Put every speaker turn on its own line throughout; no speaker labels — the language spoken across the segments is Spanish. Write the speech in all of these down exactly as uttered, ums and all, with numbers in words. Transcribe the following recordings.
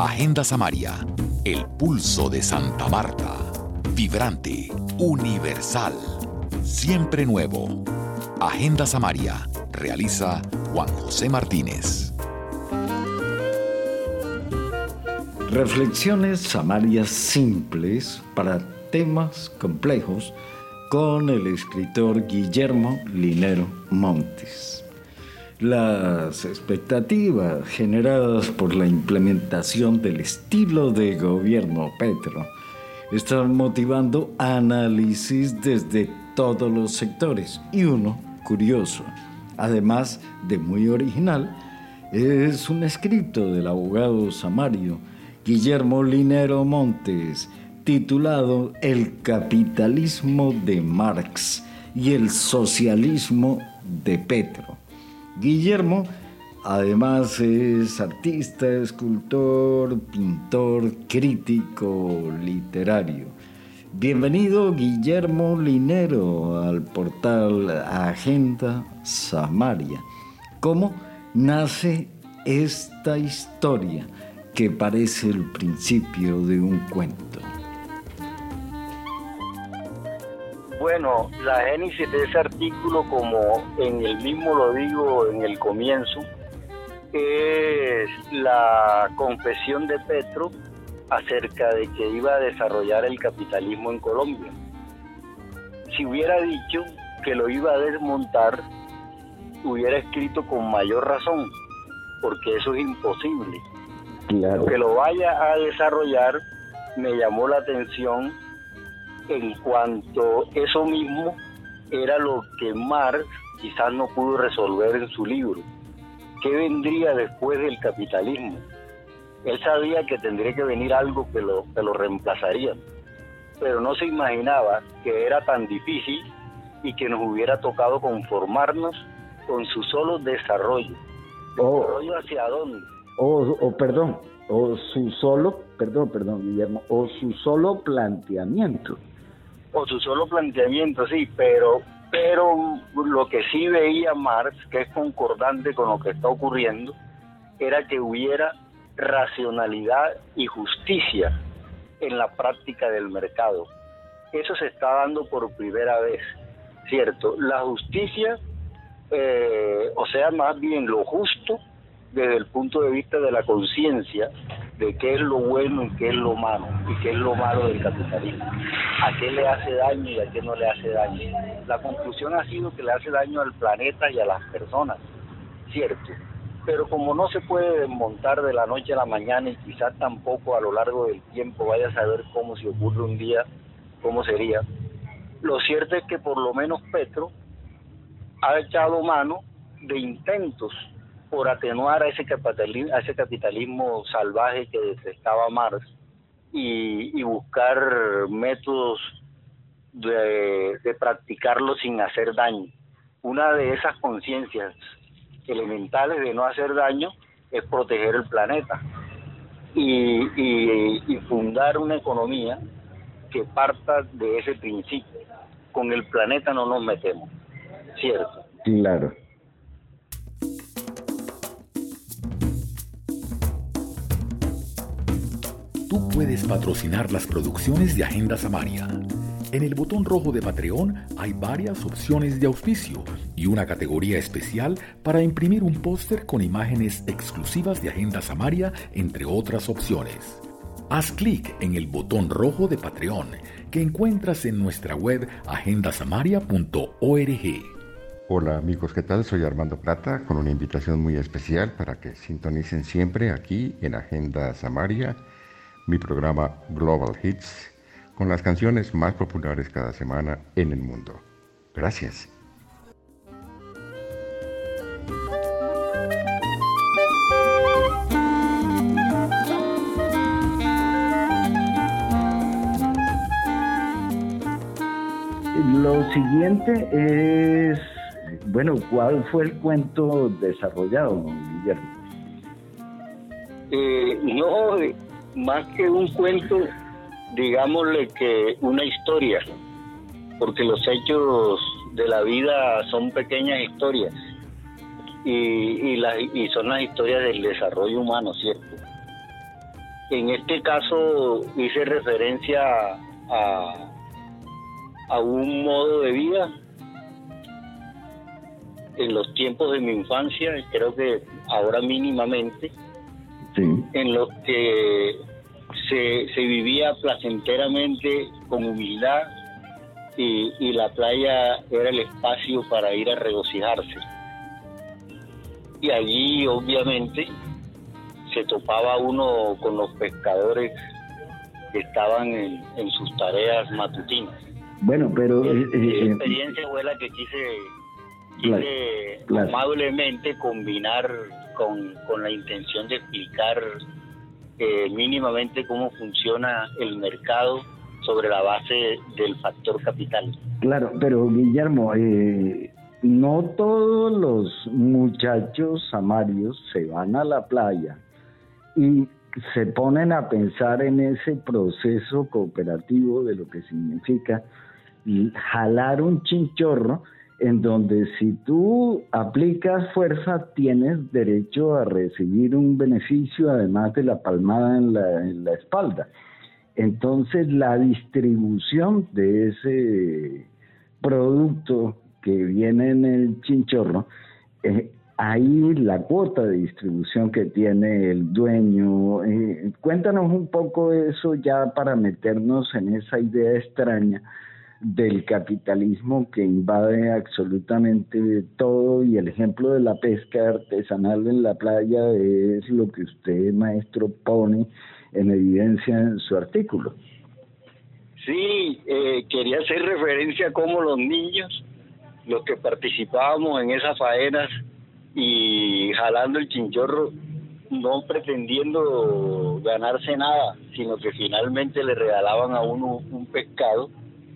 Agenda Samaria, el pulso de Santa Marta. Vibrante, universal, siempre nuevo. Agenda Samaria, realiza Juan José Martínez.
Reflexiones samarias simples para temas complejos con el escritor Guillermo Linero Montes. Las expectativas generadas por la implementación del estilo de gobierno Petro están motivando análisis desde todos los sectores. Y uno, curioso, además de muy original, es un escrito del abogado samario Guillermo Linero Montes, titulado El capitalismo de Marx y el socialismo de Petro. Guillermo, además, es artista, escultor, pintor, crítico literario. Bienvenido, Guillermo Linero, al portal Agenda Samaria. ¿Cómo nace esta historia que parece el principio de un cuento?
Bueno, la génesis de ese artículo, como en el mismo lo digo en el comienzo, es la confesión de Petro acerca de que iba a desarrollar el capitalismo en Colombia. Si hubiera dicho que lo iba a desmontar, hubiera escrito con mayor razón, porque eso es imposible.
Claro.
Que lo vaya a desarrollar me llamó la atención en cuanto eso mismo era lo que Marx quizás no pudo resolver en su libro. ¿Qué vendría después del capitalismo? Él sabía que tendría que venir algo que lo, que lo reemplazaría, pero no se imaginaba que era tan difícil y que nos hubiera tocado conformarnos con su solo desarrollo.
Oh.
¿Desarrollo hacia dónde?
O, o perdón, o su solo, perdón, perdón, Guillermo, o su solo planteamiento.
O su solo planteamiento, sí, pero, pero lo que sí veía Marx, que es concordante con lo que está ocurriendo, era que hubiera racionalidad y justicia en la práctica del mercado. Eso se está dando por primera vez, ¿cierto? La justicia, eh, o sea, más bien lo justo, desde el punto de vista de la conciencia de qué es lo bueno y qué es lo malo, y qué es lo malo del capitalismo, a qué le hace daño y a qué no le hace daño. La conclusión ha sido que le hace daño al planeta y a las personas, cierto, pero como no se puede desmontar de la noche a la mañana y quizás tampoco a lo largo del tiempo, vaya a saber cómo, si ocurre un día, cómo sería, lo cierto es que por lo menos Petro ha echado mano de intentos por atenuar a ese capitalismo, a ese capitalismo salvaje que detestaba Marx y, y buscar métodos de, de practicarlo sin hacer daño. Una de esas conciencias elementales de no hacer daño es proteger el planeta y, y, y fundar una economía que parta de ese principio. Con el planeta no nos metemos, ¿cierto?
Claro.
Tú puedes patrocinar las producciones de Agenda Samaria. En el botón rojo de Patreon hay varias opciones de auspicio y una categoría especial para imprimir un póster con imágenes exclusivas de Agenda Samaria, entre otras opciones. Haz clic en el botón rojo de Patreon que encuentras en nuestra web agenda samaria punto org.
Hola amigos, ¿qué tal? Soy Armando Plata con una invitación muy especial para que sintonicen siempre aquí en Agenda Samaria, mi programa Global Hits, con las canciones más populares cada semana en el mundo. Gracias.
Lo siguiente es, bueno, ¿cuál fue el cuento desarrollado, Guillermo?
Eh, no, más que un cuento, digámosle que una historia, porque los hechos de la vida son pequeñas historias y, y, la, y son las historias del desarrollo humano, ¿cierto? En este caso hice referencia a, a un modo de vida en los tiempos de mi infancia, creo que ahora mínimamente, sí, en los que se, se vivía placenteramente con humildad y, y la playa era el espacio para ir a regocijarse. Y allí obviamente se topaba uno con los pescadores que estaban en, en sus tareas matutinas.
Bueno, pero...
Eh,
eh,
mi
eh,
experiencia fue la que quise,
claro,
quise
claro.
amablemente combinar con, con la intención de explicar eh, mínimamente cómo funciona el mercado sobre la base del factor capital.
Claro, pero Guillermo, eh, no todos los muchachos samarios se van a la playa y se ponen a pensar en ese proceso cooperativo de lo que significa jalar un chinchorro, en donde si tú aplicas fuerza tienes derecho a recibir un beneficio además de la palmada en la, en la espalda. Entonces la distribución de ese producto que viene en el chinchorro, eh, ahí la cuota de distribución que tiene el dueño, eh, cuéntanos un poco eso ya para meternos en esa idea extraña del capitalismo que invade absolutamente todo, y el ejemplo de la pesca artesanal en la playa es lo que usted, maestro, pone en evidencia en su artículo.
Sí, eh, quería hacer referencia a cómo los niños, los que participábamos en esas faenas y jalando el chinchorro, no pretendiendo ganarse nada, sino que finalmente le regalaban a uno un pescado.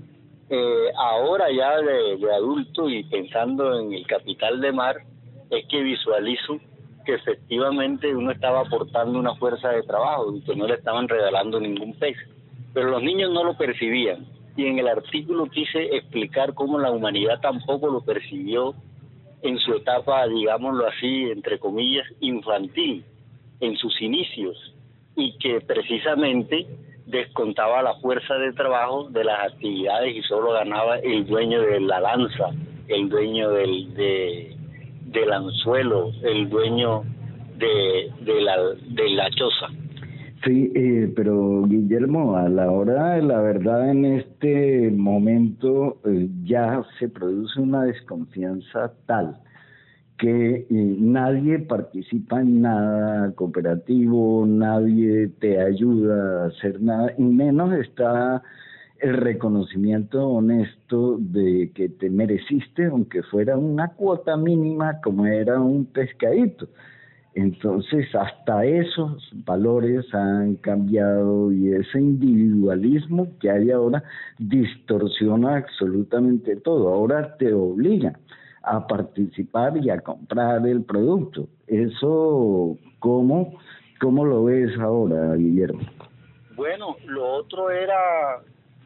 Eh, ahora ya de, de adulto y pensando en el capital de mar, es que visualizo que efectivamente uno estaba aportando una fuerza de trabajo y que no le estaban regalando ningún pez. Pero los niños no lo percibían, y en el artículo quise explicar cómo la humanidad tampoco lo percibió en su etapa, digámoslo así, entre comillas, infantil, en sus inicios, y que precisamente descontaba la fuerza de trabajo de las actividades y solo ganaba el dueño de la lanza, el dueño del, de, del anzuelo, el dueño de, de, la, de la choza.
Sí, eh, pero Guillermo, a la hora de la verdad en este momento eh, ya se produce una desconfianza tal que eh, nadie participa en nada cooperativo, nadie te ayuda a hacer nada, y menos está el reconocimiento honesto de que te mereciste, aunque fuera una cuota mínima como era un pescadito. Entonces hasta esos valores han cambiado, y ese individualismo que hay ahora distorsiona absolutamente todo. Ahora te obligan a participar y a comprar el producto. Eso, ¿cómo, cómo lo ves ahora, Guillermo?
Bueno, lo otro era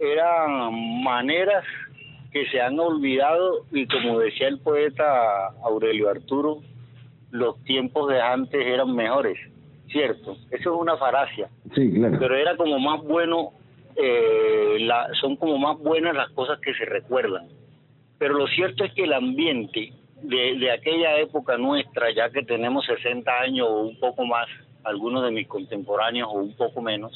eran maneras que se han olvidado, y como decía el poeta Aurelio Arturo, los tiempos de antes eran mejores, ¿cierto? Eso es una falacia.
Sí, claro.
Pero era como más bueno, eh, la, son como más buenas las cosas que se recuerdan. Pero lo cierto es que el ambiente de, de aquella época nuestra, ya que tenemos sesenta años o un poco más, algunos de mis contemporáneos o un poco menos,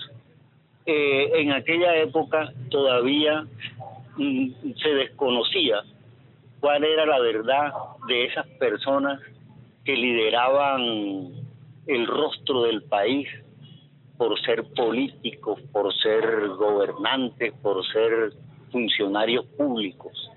eh, en aquella época todavía mm, se desconocía cuál era la verdad de esas personas que lideraban el rostro del país por ser políticos, por ser gobernantes, por ser funcionarios públicos,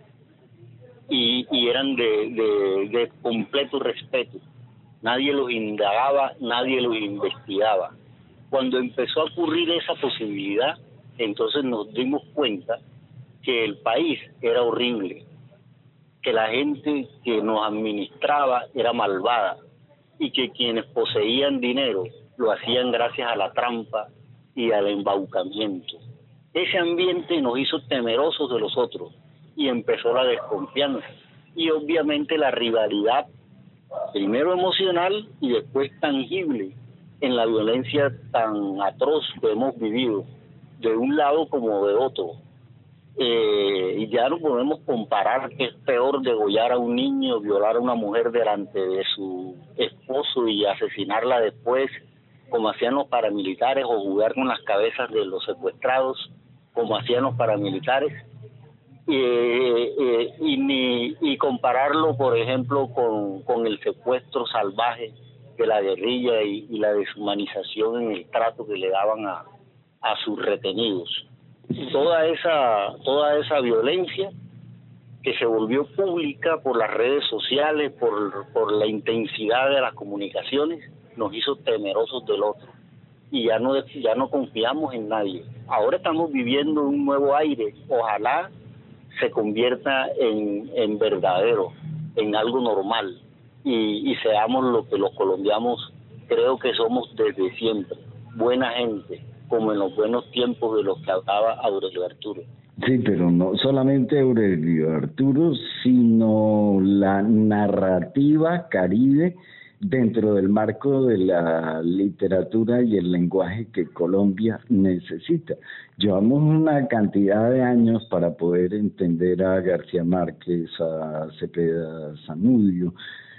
y, y eran de, de, de completo respeto. Nadie los indagaba, nadie los investigaba. Cuando empezó a ocurrir esa posibilidad, entonces nos dimos cuenta que el país era horrible, que la gente que nos administraba era malvada, y que quienes poseían dinero lo hacían gracias a la trampa y al embaucamiento. Ese ambiente nos hizo temerosos de los otros, y empezó la desconfianza y obviamente la rivalidad, primero emocional y después tangible, en la violencia tan atroz que hemos vivido, de un lado como de otro. Eh, y ya no podemos comparar que es peor degollar a un niño, violar a una mujer delante de su esposo y asesinarla después, como hacían los paramilitares, o jugar con las cabezas de los secuestrados, como hacían los paramilitares. Eh, eh, y, ni, y compararlo, por ejemplo, con, con el secuestro salvaje de la guerrilla y, y la deshumanización en el trato que le daban a, a sus retenidos. Toda esa, toda esa violencia que se volvió pública por las redes sociales, por, por la intensidad de las comunicaciones, nos hizo temerosos del otro. Y ya no, ya no confiamos en nadie. Ahora estamos viviendo un nuevo aire. Ojalá se convierta en, en verdadero, en algo normal, y, y seamos lo que los colombianos creo que somos desde siempre, buena gente, como en los buenos tiempos de los que hablaba Aurelio Arturo.
Sí, pero no solamente Aurelio Arturo, sino la narrativa caribe dentro del marco de la literatura y el lenguaje que Colombia necesita. Llevamos una cantidad de años para poder entender a García Márquez, a Cepeda Zamudio,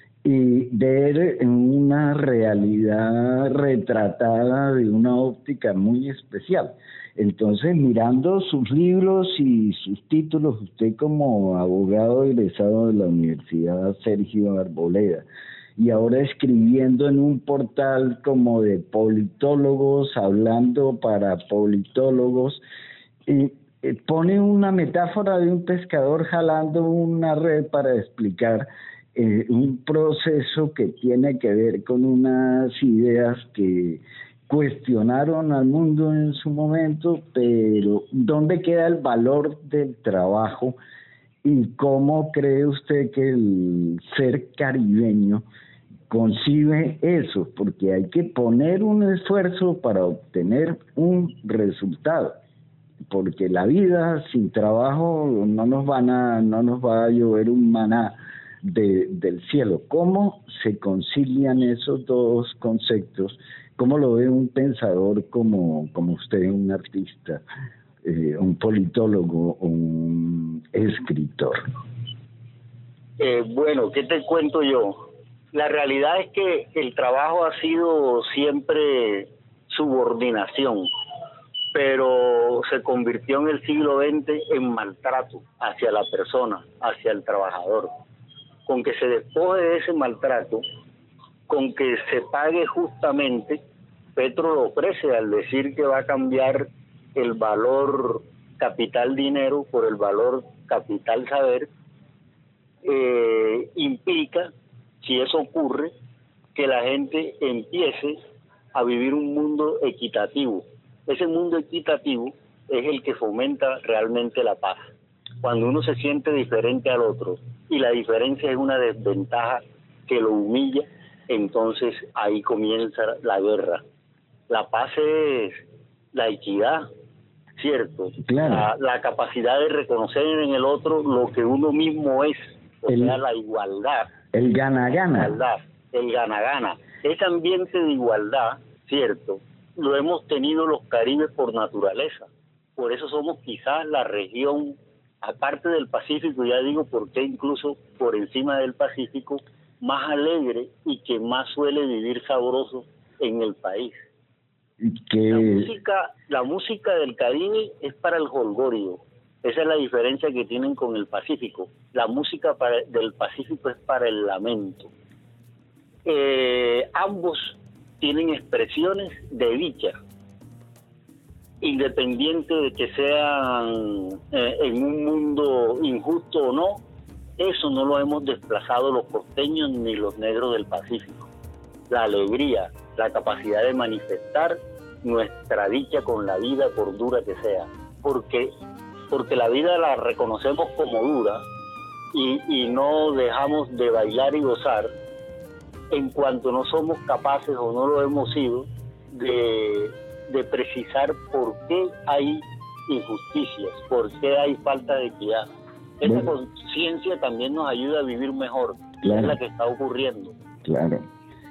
y ver una realidad retratada de una óptica muy especial. Entonces, mirando sus libros y sus títulos, usted como abogado egresado de la Universidad Sergio Arboleda, y ahora escribiendo en un portal como de politólogos, hablando para politólogos, y eh, pone una metáfora de un pescador jalando una red para explicar eh, un proceso que tiene que ver con unas ideas que cuestionaron al mundo en su momento, pero ¿dónde queda el valor del trabajo? ¿Y cómo cree usted que el ser caribeño concibe eso? Porque hay que poner un esfuerzo para obtener un resultado, porque la vida sin trabajo no nos van a, no nos va a llover un maná de, del cielo. ¿Cómo se concilian esos dos conceptos? ¿Cómo lo ve un pensador como, como usted, un artista, eh, un politólogo, un escritor?
Eh, bueno, ¿qué te cuento yo? La realidad es que el trabajo ha sido siempre subordinación, pero se convirtió en el siglo veinte en maltrato hacia la persona, hacia el trabajador. Con que se despoje de ese maltrato, con que se pague justamente, Petro lo ofrece al decir que va a cambiar el valor capital dinero por el valor capital saber, eh, implica, si eso ocurre, que la gente empiece a vivir un mundo equitativo. Ese mundo equitativo es el que fomenta realmente la paz. Cuando uno se siente diferente al otro y la diferencia es una desventaja que lo humilla, entonces ahí comienza la guerra. La paz es la equidad, ¿cierto?
Claro.
La, la capacidad de reconocer en el otro lo que uno mismo es, o el, sea, la igualdad.
El gana-gana.
Igualdad, el gana-gana. Ese ambiente de igualdad, ¿cierto?, lo hemos tenido los caribes por naturaleza. Por eso somos quizás la región, aparte del Pacífico, ya digo porque incluso por encima del Pacífico, más alegre y que más suele vivir sabroso en el país.
Que...
La música, la música del Caribe es para el jolgorio. Esa es la diferencia que tienen con el Pacífico. La música para, del Pacífico es para el lamento. Eh, ambos tienen expresiones de dicha, independiente de que sean eh, en un mundo injusto o no. Eso no lo hemos desplazado los costeños ni los negros del Pacífico. La alegría, la capacidad de manifestar nuestra dicha con la vida, por dura que sea, porque porque la vida la reconocemos como dura y, y no dejamos de bailar y gozar en cuanto no somos capaces o no lo hemos sido de, de precisar por qué hay injusticias, por qué hay falta de equidad. Esa bueno, conciencia también nos ayuda a vivir mejor, claro, es la que está ocurriendo.
Claro.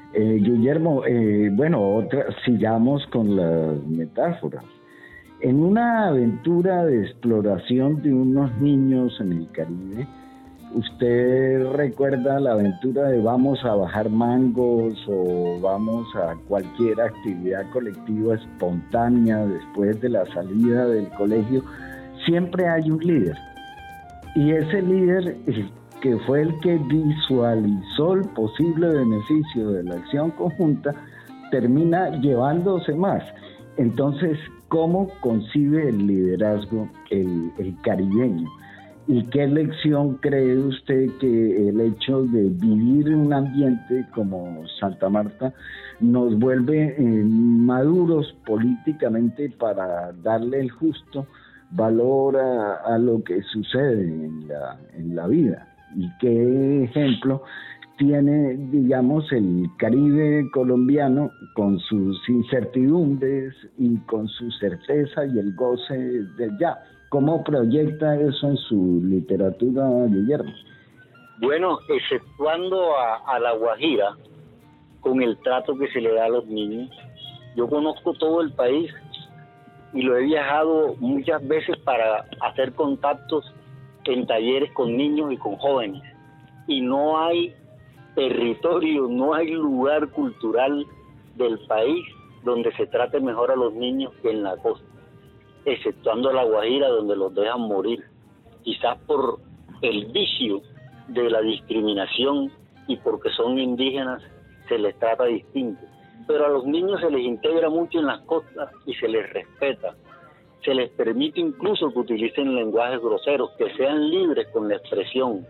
Eh, Guillermo, eh, bueno, otra, sigamos con las metáforas. En una aventura de exploración de unos niños en el Caribe, ¿usted recuerda la aventura de vamos a bajar mangos o vamos a cualquier actividad colectiva espontánea después de la salida del colegio? Siempre hay un líder. Y ese líder, que fue el que visualizó el posible beneficio de la acción conjunta, termina llevándose más. Entonces, ¿cómo concibe el liderazgo el, el caribeño? ¿Y qué lección cree usted que el hecho de vivir en un ambiente como Santa Marta nos vuelve eh, maduros políticamente para darle el justo valor a, a lo que sucede en la, en la vida? ¿Y qué ejemplo tiene, digamos, el Caribe colombiano con sus incertidumbres y con su certeza y el goce del ya? ¿Cómo proyecta eso en su literatura, Guillermo?
Bueno, exceptuando a, a La Guajira, con el trato que se le da a los niños, yo conozco todo el país y lo he viajado muchas veces para hacer contactos en talleres con niños y con jóvenes. Y no hay territorio, no hay lugar cultural del país donde se trate mejor a los niños que en la costa, exceptuando La Guajira, donde los dejan morir, quizás por el vicio de la discriminación y porque son indígenas se les trata distinto. Pero a los niños se les integra mucho en las costas y se les respeta. Se les permite incluso que utilicen lenguajes groseros, que sean libres con la expresión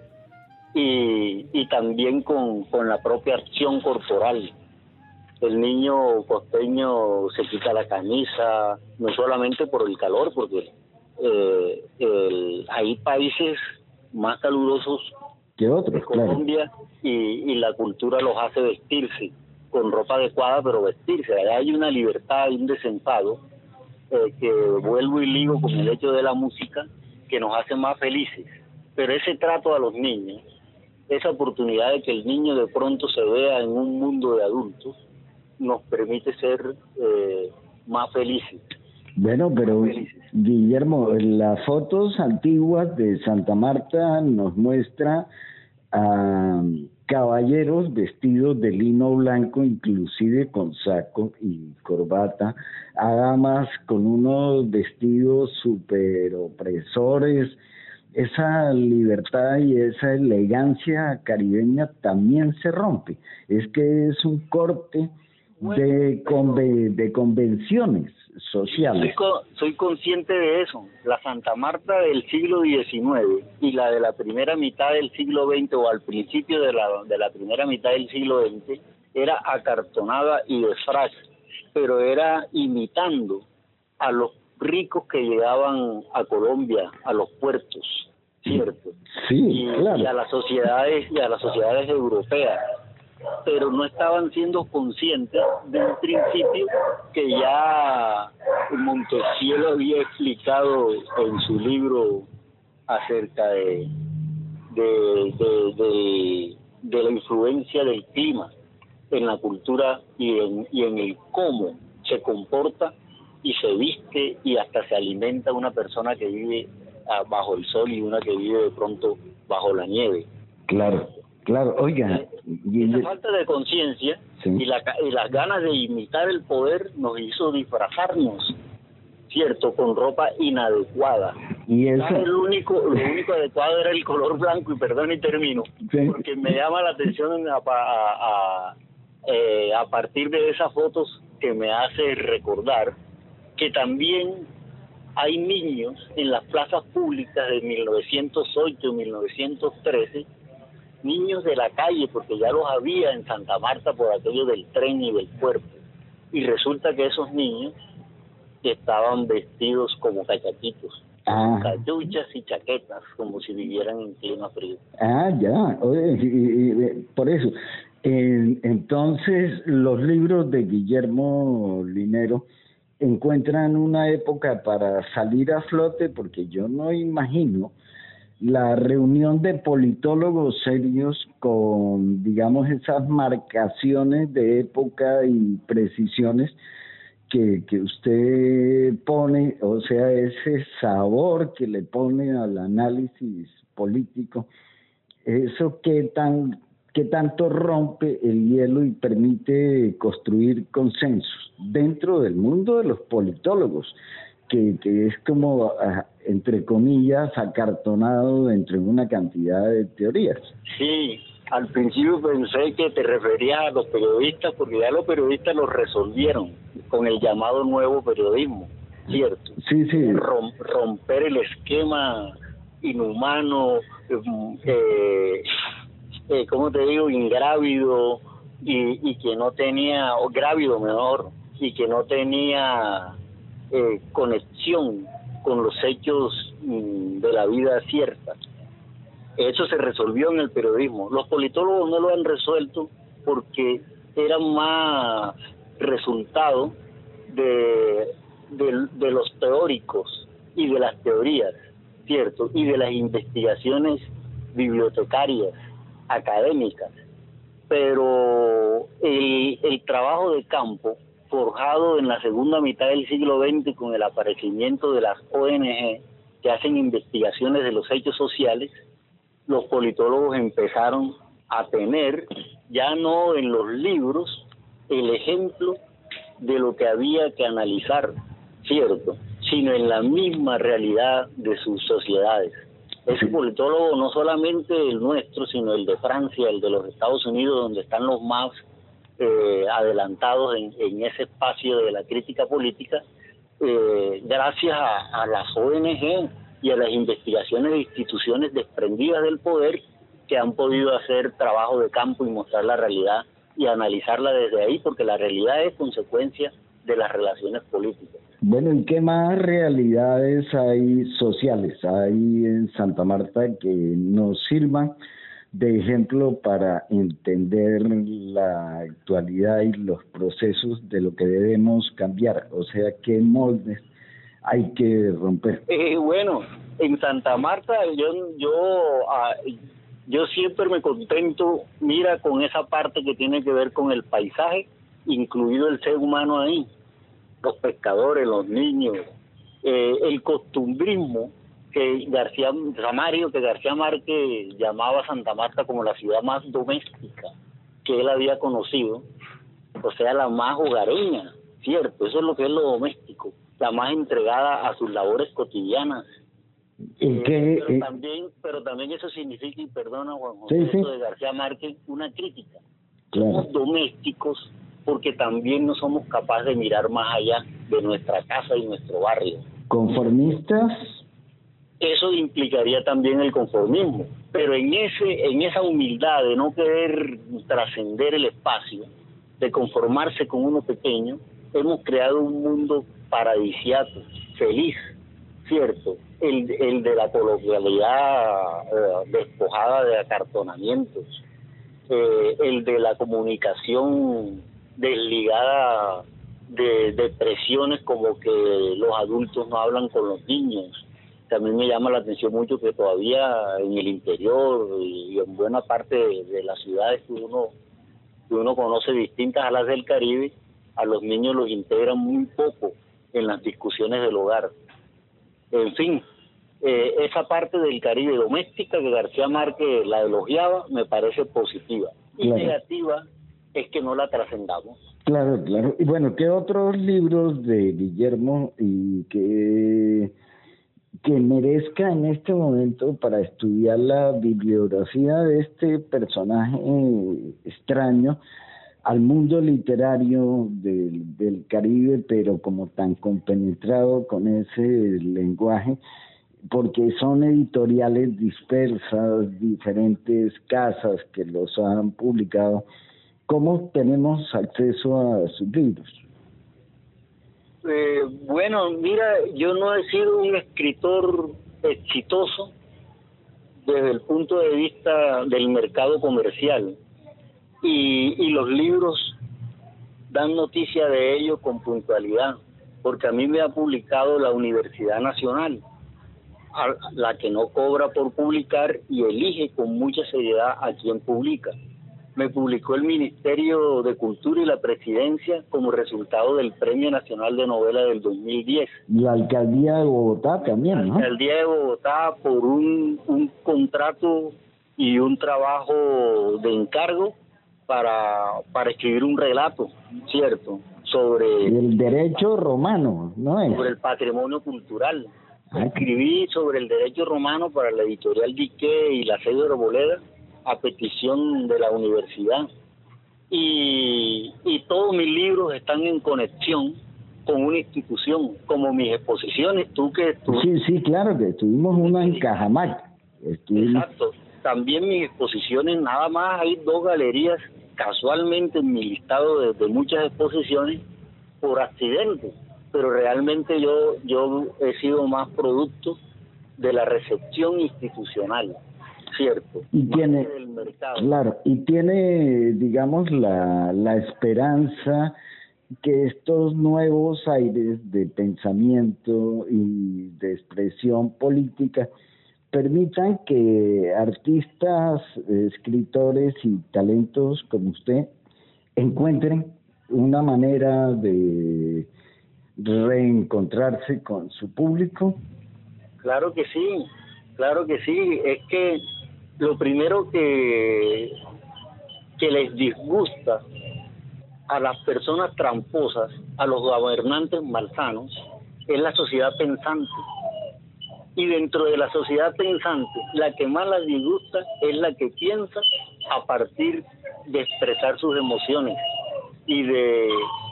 y, y también con, con la propia acción corporal. El niño costeño se quita la camisa, no solamente por el calor, porque eh, el, hay países más calurosos
que otros,
que Colombia, claro. y, y la cultura los hace vestirse con ropa adecuada, pero vestirse. Allá hay una libertad y un desenfado eh, que vuelvo y ligo con el hecho de la música, que nos hace más felices. Pero ese trato a los niños, esa oportunidad de que el niño de pronto se vea en un mundo de adultos, nos permite ser eh, más felices.
Bueno, pero Guillermo, las fotos antiguas de Santa Marta nos muestra a caballeros vestidos de lino blanco, inclusive con saco y corbata, a damas con unos vestidos súper opresores. Esa libertad y esa elegancia caribeña también se rompe. Es que es un corte de, conve, de convenciones sociales.
Soy, co soy consciente de eso. La Santa Marta del siglo diecinueve y la de la primera mitad del siglo veinte, o al principio de la, de la primera mitad del siglo veinte, era acartonada y de frac, pero era imitando a los ricos que llegaban a Colombia, a los puertos, ¿cierto?
Sí,
y,
claro.
y a las sociedades y a las sociedades europeas, pero no estaban siendo conscientes de un principio que ya Montesquieu había explicado en su libro acerca de de, de, de, de la influencia del clima en la cultura y en, y en el cómo se comporta y se viste y hasta se alimenta una persona que vive uh, bajo el sol y una que vive de pronto bajo la nieve.
Claro, claro, oiga.
Y esa falta de conciencia, sí, y, la, y las ganas de imitar el poder nos hizo disfrazarnos, cierto, con ropa inadecuada.
Y eso...
el único, lo único adecuado era el color blanco, y perdón y termino, sí, porque me llama la atención a, a, a, eh, a partir de esas fotos que me hace recordar que también hay niños en las plazas públicas de mil novecientos ocho, mil novecientos trece, niños de la calle, porque ya los había en Santa Marta por aquello del tren y del puerto, y resulta que esos niños estaban vestidos como cachaquitos,
ah,
cachuchas y chaquetas, como si vivieran en clima frío.
Ah, ya, oye, y, y, y, por eso. Eh, entonces, los libros de Guillermo Linero encuentran una época para salir a flote, porque yo no imagino la reunión de politólogos serios con, digamos, esas marcaciones de época y precisiones que, que usted pone, o sea, ese sabor que le pone al análisis político, eso qué tan, qué tanto rompe el hielo y permite construir consensos dentro del mundo de los politólogos, que, que es como, entre comillas, acartonado dentro de una cantidad de teorías.
Sí, al principio pensé que te referías a los periodistas, porque ya los periodistas lo resolvieron con el llamado nuevo periodismo, ¿cierto?
Sí, sí.
Rom, romper el esquema inhumano, eh, eh, ¿cómo te digo?, ingrávido, y, y que no tenía, o grávido mejor, y que no tenía eh, conexión con los hechos mm, de la vida cierta. Eso se resolvió en el periodismo. Los politólogos no lo han resuelto porque eran más resultado de, de, de los teóricos y de las teorías, ¿cierto? Y de las investigaciones bibliotecarias, académicas. Pero el, el trabajo de campo, forjado en la segunda mitad del siglo veinte con el aparecimiento de las O N G que hacen investigaciones de los hechos sociales, los politólogos empezaron a tener, ya no en los libros, el ejemplo de lo que había que analizar, ¿cierto?, sino en la misma realidad de sus sociedades. Ese politólogo, no solamente el nuestro, sino el de Francia, el de los Estados Unidos, donde están los más eh, adelantados en, en ese espacio de la crítica política, eh, gracias a, a las O N G y a las investigaciones de instituciones desprendidas del poder que han podido hacer trabajo de campo y mostrar la realidad y analizarla desde ahí, porque la realidad es consecuencia de las relaciones políticas.
Bueno, ¿y qué más realidades hay sociales hay en Santa Marta que nos sirvan de ejemplo para entender la actualidad y los procesos de lo que debemos cambiar? O sea, ¿qué moldes hay que romper?
Eh, bueno, en Santa Marta yo yo ah, yo siempre me contento, mira, con esa parte que tiene que ver con el paisaje, incluido el ser humano ahí, los pescadores, los niños, eh, el costumbrismo que García Samario, que García Márquez llamaba a Santa Marta como la ciudad más doméstica que él había conocido, o sea, la más hogareña, cierto, eso es lo que es lo doméstico, la más entregada a sus labores cotidianas.
¿Y qué,
eh, pero,
eh,
también, pero también eso significa, y perdona Juan
sí,
José,
sí.
de García Márquez, una crítica.
Claro.
Somos domésticos porque también no somos capaces de mirar más allá de nuestra casa y nuestro barrio.
¿Conformistas?
Eso implicaría también el conformismo, pero en ese en esa humildad de no querer trascender el espacio, de conformarse con uno pequeño, hemos creado un mundo paradisiaco, feliz, ¿cierto? El, el de la coloquialidad eh, despojada de acartonamientos, eh, el de la comunicación desligada de, de presiones como que los adultos no hablan con los niños. También me llama la atención mucho que todavía en el interior y en buena parte de, de las ciudades que uno, que uno conoce distintas a las del Caribe, a los niños los integran muy poco en las discusiones del hogar. En fin, eh, esa parte del Caribe doméstica que García Márquez la elogiaba me parece positiva. Y
claro.
negativa es que no la trascendamos.
Claro, claro. Y bueno, ¿qué otros libros de Guillermo y que, que merezca en este momento para estudiar la bibliografía de este personaje extraño al mundo literario del, del Caribe, pero como tan compenetrado con ese lenguaje, porque son editoriales dispersas, diferentes casas que los han publicado? ¿Cómo tenemos acceso a sus libros?
Eh, bueno, mira, yo no he sido un escritor exitoso desde el punto de vista del mercado comercial, y, y los libros dan noticia de ello con puntualidad, porque a mí me ha publicado la Universidad Nacional, a la que no cobra por publicar y elige con mucha seriedad a quien publica. Me publicó el Ministerio de Cultura y la Presidencia como resultado del Premio Nacional de Novela del dos mil diez.
La Alcaldía de Bogotá también, ¿no?
La Alcaldía de Bogotá por un, un contrato y un trabajo de encargo para, para escribir un relato, ¿cierto? Sobre
el derecho romano, ¿no es?
Sobre el patrimonio cultural.
Ah.
Escribí sobre el derecho romano para la editorial Dique y la sede de Arboleda a petición de la universidad. Y, y todos mis libros están en conexión con una institución, como mis exposiciones. Tú que tú...
Sí, sí, claro, que tuvimos una en Cajamarca. Estuvimos...
Exacto. También mis exposiciones, nada más hay dos galerías casualmente en mi listado de, de muchas exposiciones por accidente, pero realmente yo yo he sido más producto de la recepción institucional, ¿cierto?
Y
más
tiene,
que del mercado.
Claro, y tiene, digamos, la, la esperanza que estos nuevos aires de pensamiento y de expresión política permitan que artistas, escritores y talentos como usted encuentren una manera de reencontrarse con su público.
Claro que sí, claro que sí. Es que lo primero que, que les disgusta a las personas tramposas, a los gobernantes malsanos, es la sociedad pensante. Y dentro de la sociedad pensante, la que más las disgusta es la que piensa a partir de expresar sus emociones y de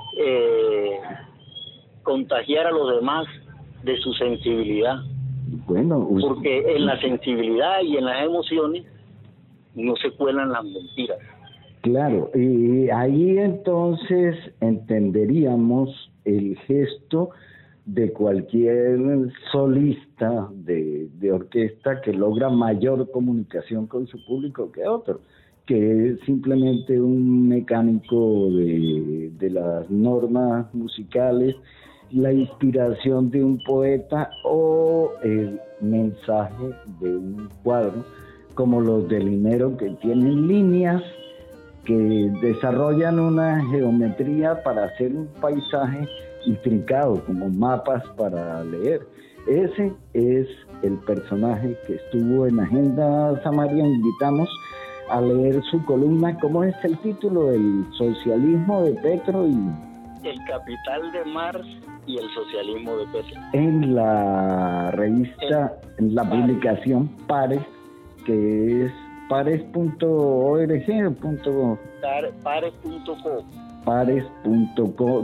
eh, contagiar a los demás de su sensibilidad.
Bueno, usted...
porque en la sensibilidad y en las emociones no se cuelan las mentiras.
Claro, y ahí entonces entenderíamos el gesto de cualquier solista de, de orquesta que logra mayor comunicación con su público que otro, que es simplemente un mecánico de, de las normas musicales, la inspiración de un poeta o el mensaje de un cuadro, como los de Linero, que tienen líneas que desarrollan una geometría para hacer un paisaje intrincado, como mapas para leer. Ese es el personaje que estuvo en Agenda Samaria. Invitamos a leer su columna. ¿Cómo es el título? El socialismo de Petro y...
El capital de Marx y el socialismo de Petro.
En la revista, en la
Pares.
publicación Pares, que es pares punto org o punto...
pares punto co.
pares punto co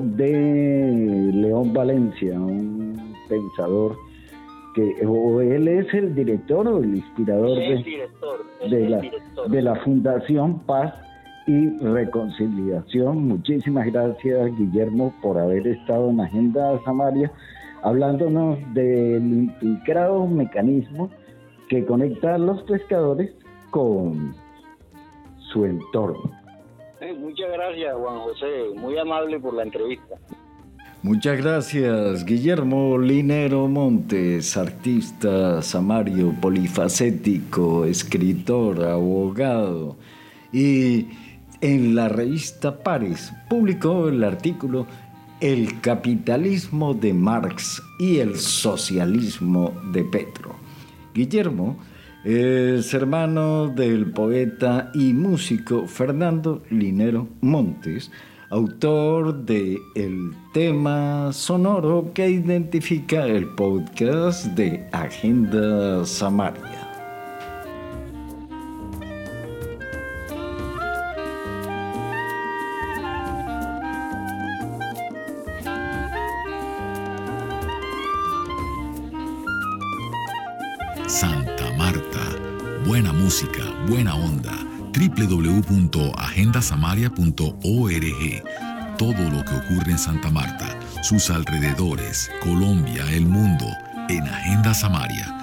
de León Valencia, un pensador que o él es el director o el inspirador
El
de,
director, el
de, la,
director.
de la Fundación Paz y Reconciliación. Muchísimas gracias, Guillermo, por haber estado en Agenda Samaria hablándonos del intrincado mecanismo que conecta a los pescadores con su entorno.
Muchas gracias, Juan José, muy amable por la entrevista.
Muchas gracias, Guillermo Linero Montes, artista samario, polifacético, escritor, abogado. Y en la revista Pares publicó el artículo El capitalismo de Marx y el socialismo de Petro. Guillermo es hermano del poeta y músico Fernando Linero Montes, autor de el tema sonoro que identifica el podcast de Agenda Samaria.
Santa Marta, buena música, buena onda. doble u doble u doble u punto agenda samaria punto org. Todo lo que ocurre en Santa Marta, sus alrededores, Colombia, el mundo, en Agenda Samaria.